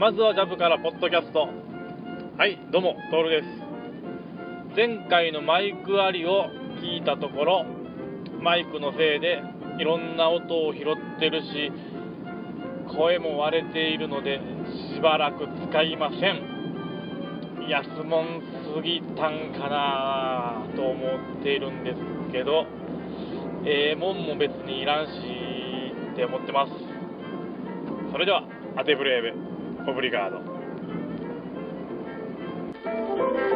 まずはジャブからポッドキャスト。はい、どうもトールです。前回のマイクありを聞いたところ、マイクのせいでいろんな音を拾ってるし、声も割れているのでしばらく使いません。安もんすぎたんかなと思っているんですけど、もんも別にいらんしって思ってます。それではアテブレーベオブリガード。